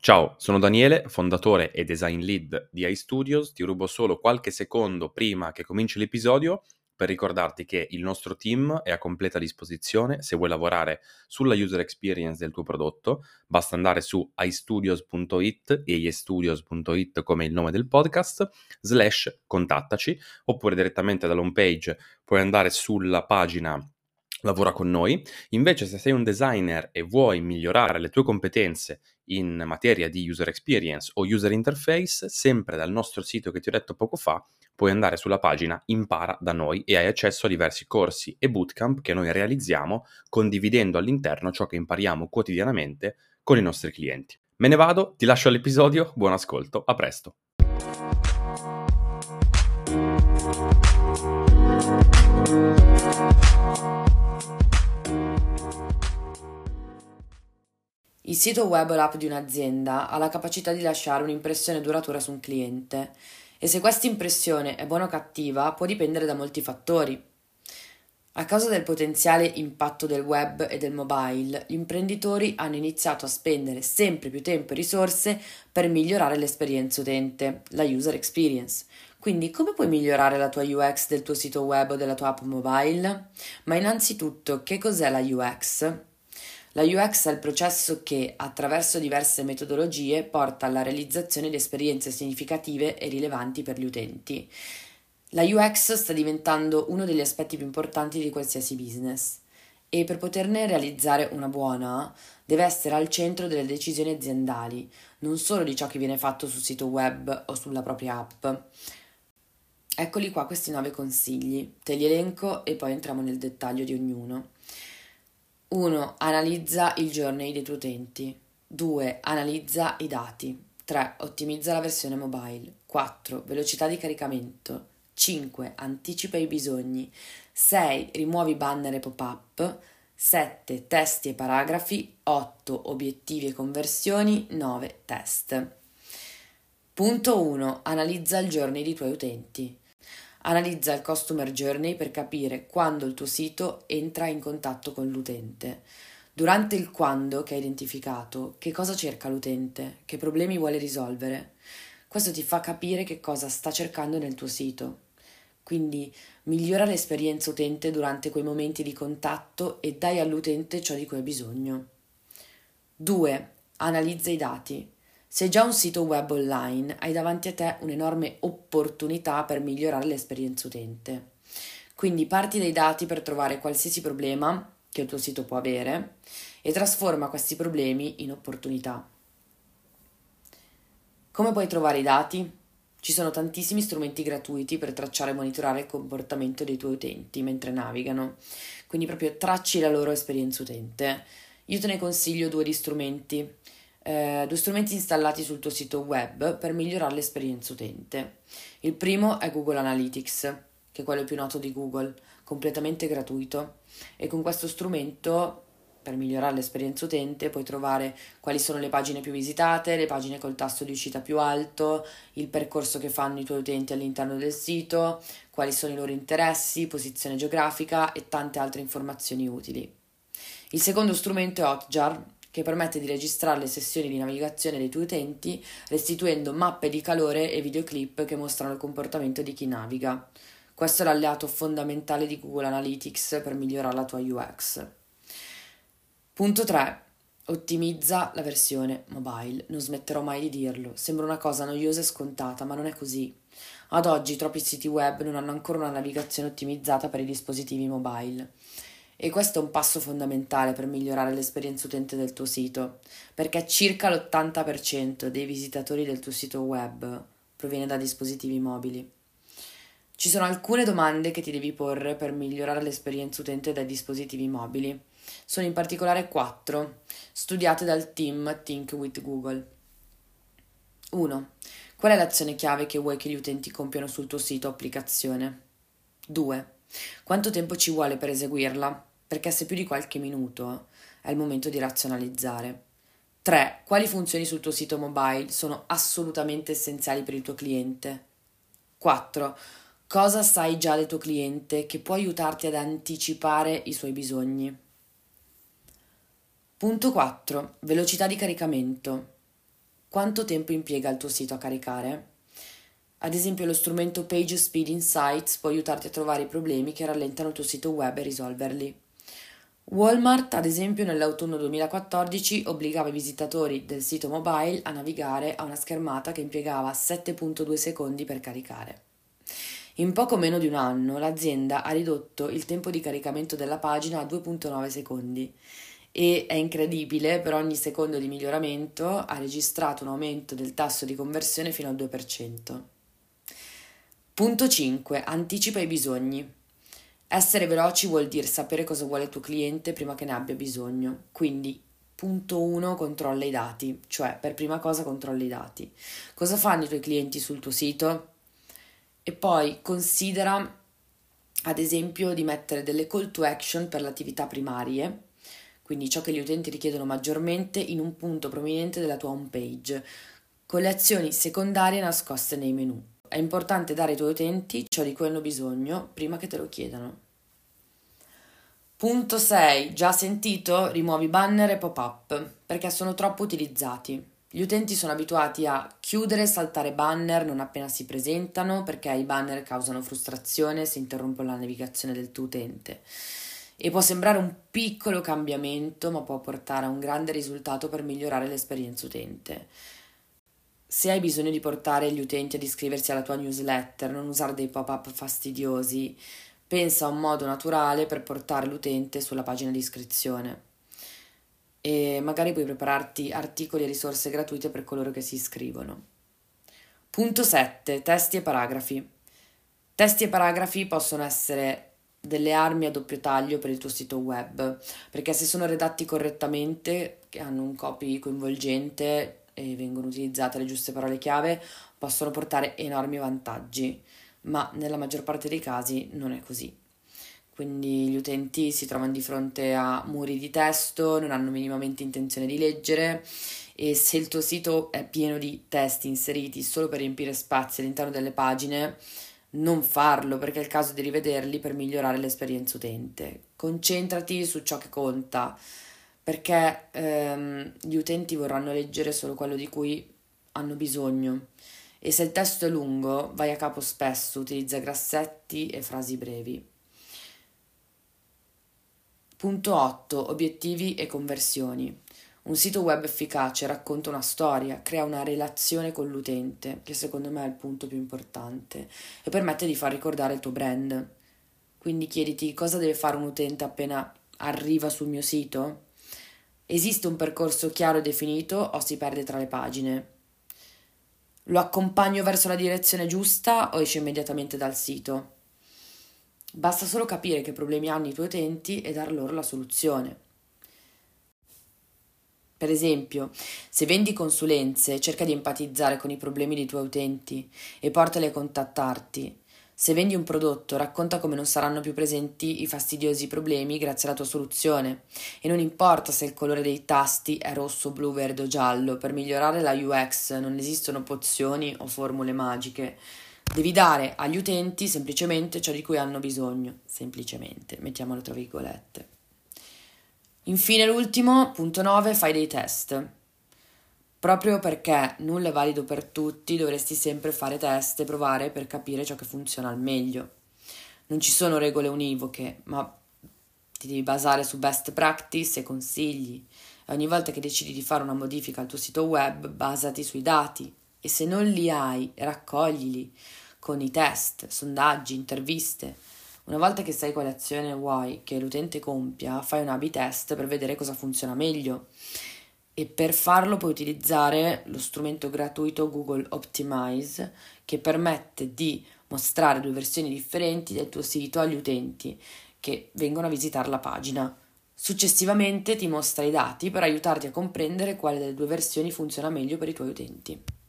Ciao, sono Daniele, fondatore e design lead di iStudios. Ti rubo solo qualche secondo prima che cominci l'episodio per ricordarti che il nostro team è a completa disposizione se vuoi lavorare sulla user experience del tuo prodotto. Basta andare su istudios.it e istudios.it come il nome del podcast, /contattaci, oppure direttamente dall'home page puoi andare sulla pagina Lavora con noi. Invece, se sei un designer e vuoi migliorare le tue competenze in materia di user experience o user interface, sempre dal nostro sito che ti ho detto poco fa, puoi andare sulla pagina Impara da noi e hai accesso a diversi corsi e bootcamp che noi realizziamo condividendo all'interno ciò che impariamo quotidianamente con i nostri clienti. Me ne vado, ti lascio all'episodio, buon ascolto, a presto. Il sito web o l'app di un'azienda ha la capacità di lasciare un'impressione duratura su un cliente e se questa impressione è buona o cattiva può dipendere da molti fattori. A causa del potenziale impatto del web e del mobile, gli imprenditori hanno iniziato a spendere sempre più tempo e risorse per migliorare l'esperienza utente, la user experience. Quindi come puoi migliorare la tua UX del tuo sito web o della tua app mobile? Ma innanzitutto, che cos'è la UX? La UX è il processo che, attraverso diverse metodologie, porta alla realizzazione di esperienze significative e rilevanti per gli utenti. La UX sta diventando uno degli aspetti più importanti di qualsiasi business e per poterne realizzare una buona deve essere al centro delle decisioni aziendali, non solo di ciò che viene fatto sul sito web o sulla propria app. Eccoli qua questi 9 consigli, te li elenco e poi entriamo nel dettaglio di ognuno. 1. Analizza il journey dei tuoi utenti. 2. Analizza i dati. 3. Ottimizza la versione mobile. 4. Velocità di caricamento. 5. Anticipa i bisogni. 6. Rimuovi banner e pop-up. 7. Testi e paragrafi. 8. Obiettivi e conversioni. 9. Test. Punto 1. Analizza il journey dei tuoi utenti. Analizza il customer journey per capire quando il tuo sito entra in contatto con l'utente. Durante il quando che hai identificato, che cosa cerca l'utente, che problemi vuole risolvere. Questo ti fa capire che cosa sta cercando nel tuo sito. Quindi migliora l'esperienza utente durante quei momenti di contatto e dai all'utente ciò di cui ha bisogno. 2. Analizza i dati. Se hai già un sito web online, hai davanti a te un'enorme opportunità per migliorare l'esperienza utente. Quindi parti dai dati per trovare qualsiasi problema che il tuo sito può avere e trasforma questi problemi in opportunità. Come puoi trovare i dati? Ci sono tantissimi strumenti gratuiti per tracciare e monitorare il comportamento dei tuoi utenti mentre navigano, quindi proprio tracci la loro esperienza utente. Io te ne consiglio 2 di strumenti. 2 strumenti installati sul tuo sito web per migliorare l'esperienza utente. Il primo è Google Analytics, che è quello più noto di Google, completamente gratuito, e con questo strumento per migliorare l'esperienza utente puoi trovare quali sono le pagine più visitate, le pagine col tasso di uscita più alto, il percorso che fanno i tuoi utenti all'interno del sito, quali sono i loro interessi, posizione geografica e tante altre informazioni utili. Il secondo strumento è Hotjar, che permette di registrare le sessioni di navigazione dei tuoi utenti, restituendo mappe di calore e videoclip che mostrano il comportamento di chi naviga. Questo è l'alleato fondamentale di Google Analytics per migliorare la tua UX. Punto 3. Ottimizza la versione mobile. Non smetterò mai di dirlo. Sembra una cosa noiosa e scontata, ma non è così. Ad oggi troppi siti web non hanno ancora una navigazione ottimizzata per i dispositivi mobile. E questo è un passo fondamentale per migliorare l'esperienza utente del tuo sito, perché circa l'80% dei visitatori del tuo sito web proviene da dispositivi mobili. Ci sono alcune domande che ti devi porre per migliorare l'esperienza utente dai dispositivi mobili. Sono in particolare 4, studiate dal team Think with Google. 1. Qual è l'azione chiave che vuoi che gli utenti compiano sul tuo sito o applicazione? 2. Quanto tempo ci vuole per eseguirla? Perché se più di qualche minuto è il momento di razionalizzare. 3. Quali funzioni sul tuo sito mobile sono assolutamente essenziali per il tuo cliente? 4. Cosa sai già del tuo cliente che può aiutarti ad anticipare i suoi bisogni? Punto 4. Velocità di caricamento. quanto tempo impiega il tuo sito a caricare? Ad esempio, lo strumento Page Speed Insights può aiutarti a trovare i problemi che rallentano il tuo sito web e risolverli. Walmart, ad esempio, nell'autunno 2014 obbligava i visitatori del sito mobile a navigare a una schermata che impiegava 7,2 secondi per caricare. In poco meno di un anno l'azienda ha ridotto il tempo di caricamento della pagina a 2,9 secondi e è incredibile, per ogni secondo di miglioramento ha registrato un aumento del tasso di conversione fino al 2%. Punto 5. Anticipa i bisogni. Essere veloci vuol dire sapere cosa vuole il tuo cliente prima che ne abbia bisogno. Quindi, punto 1, controlla i dati, cioè per prima cosa controlla i dati. Cosa fanno i tuoi clienti sul tuo sito? E poi considera, ad esempio, di mettere delle call to action per le attività primarie, quindi ciò che gli utenti richiedono maggiormente, in un punto prominente della tua home page, con le azioni secondarie nascoste nei menu. È importante dare ai tuoi utenti ciò di cui hanno bisogno prima che te lo chiedano. Punto 6. Già sentito? Rimuovi banner e pop-up, perché sono troppo utilizzati. Gli utenti sono abituati a chiudere e saltare banner non appena si presentano, perché i banner causano frustrazione se interrompono la navigazione del tuo utente. E può sembrare un piccolo cambiamento, ma può portare a un grande risultato per migliorare l'esperienza utente. Se hai bisogno di portare gli utenti ad iscriversi alla tua newsletter, non usare dei pop-up fastidiosi, pensa a un modo naturale per portare l'utente sulla pagina di iscrizione. E magari puoi prepararti articoli e risorse gratuite per coloro che si iscrivono. Punto 7. Testi e paragrafi. Testi e paragrafi possono essere delle armi a doppio taglio per il tuo sito web, perché se sono redatti correttamente, che hanno un copy coinvolgente e vengono utilizzate le giuste parole chiave, possono portare enormi vantaggi, ma nella maggior parte dei casi non è così. Quindi gli utenti si trovano di fronte a muri di testo, non hanno minimamente intenzione di leggere, e se il tuo sito è pieno di testi inseriti solo per riempire spazi all'interno delle pagine, non farlo, perché è il caso di rivederli per migliorare l'esperienza utente. Concentrati su ciò che conta, perché gli utenti vorranno leggere solo quello di cui hanno bisogno, e se il testo è lungo, vai a capo spesso, utilizza grassetti e frasi brevi. Punto 8. Obiettivi e conversioni. Un sito web efficace racconta una storia, crea una relazione con l'utente, che secondo me è il punto più importante, e permette di far ricordare il tuo brand. Quindi chiediti cosa deve fare un utente appena arriva sul mio sito? Esiste un percorso chiaro e definito o si perde tra le pagine? Lo accompagno verso la direzione giusta o esce immediatamente dal sito? Basta solo capire che problemi hanno i tuoi utenti e dar loro la soluzione. Per esempio, se vendi consulenze, cerca di empatizzare con i problemi dei tuoi utenti e portali a contattarti. Se vendi un prodotto, racconta come non saranno più presenti i fastidiosi problemi grazie alla tua soluzione. E non importa se il colore dei tasti è rosso, blu, verde o giallo, per migliorare la UX non esistono pozioni o formule magiche. Devi dare agli utenti semplicemente ciò di cui hanno bisogno. Semplicemente, mettiamolo tra virgolette. Infine l'ultimo, punto 9, fai dei test. Proprio perché nulla è valido per tutti, dovresti sempre fare test e provare per capire ciò che funziona al meglio. Non ci sono regole univoche, ma ti devi basare su best practice e consigli. E ogni volta che decidi di fare una modifica al tuo sito web, basati sui dati. E se non li hai, raccoglili con i test, sondaggi, interviste. Una volta che sai quale azione vuoi che l'utente compia, fai un A/B test per vedere cosa funziona meglio. E per farlo puoi utilizzare lo strumento gratuito Google Optimize, che permette di mostrare due versioni differenti del tuo sito agli utenti che vengono a visitare la pagina. Successivamente ti mostra i dati per aiutarti a comprendere quale delle due versioni funziona meglio per i tuoi utenti.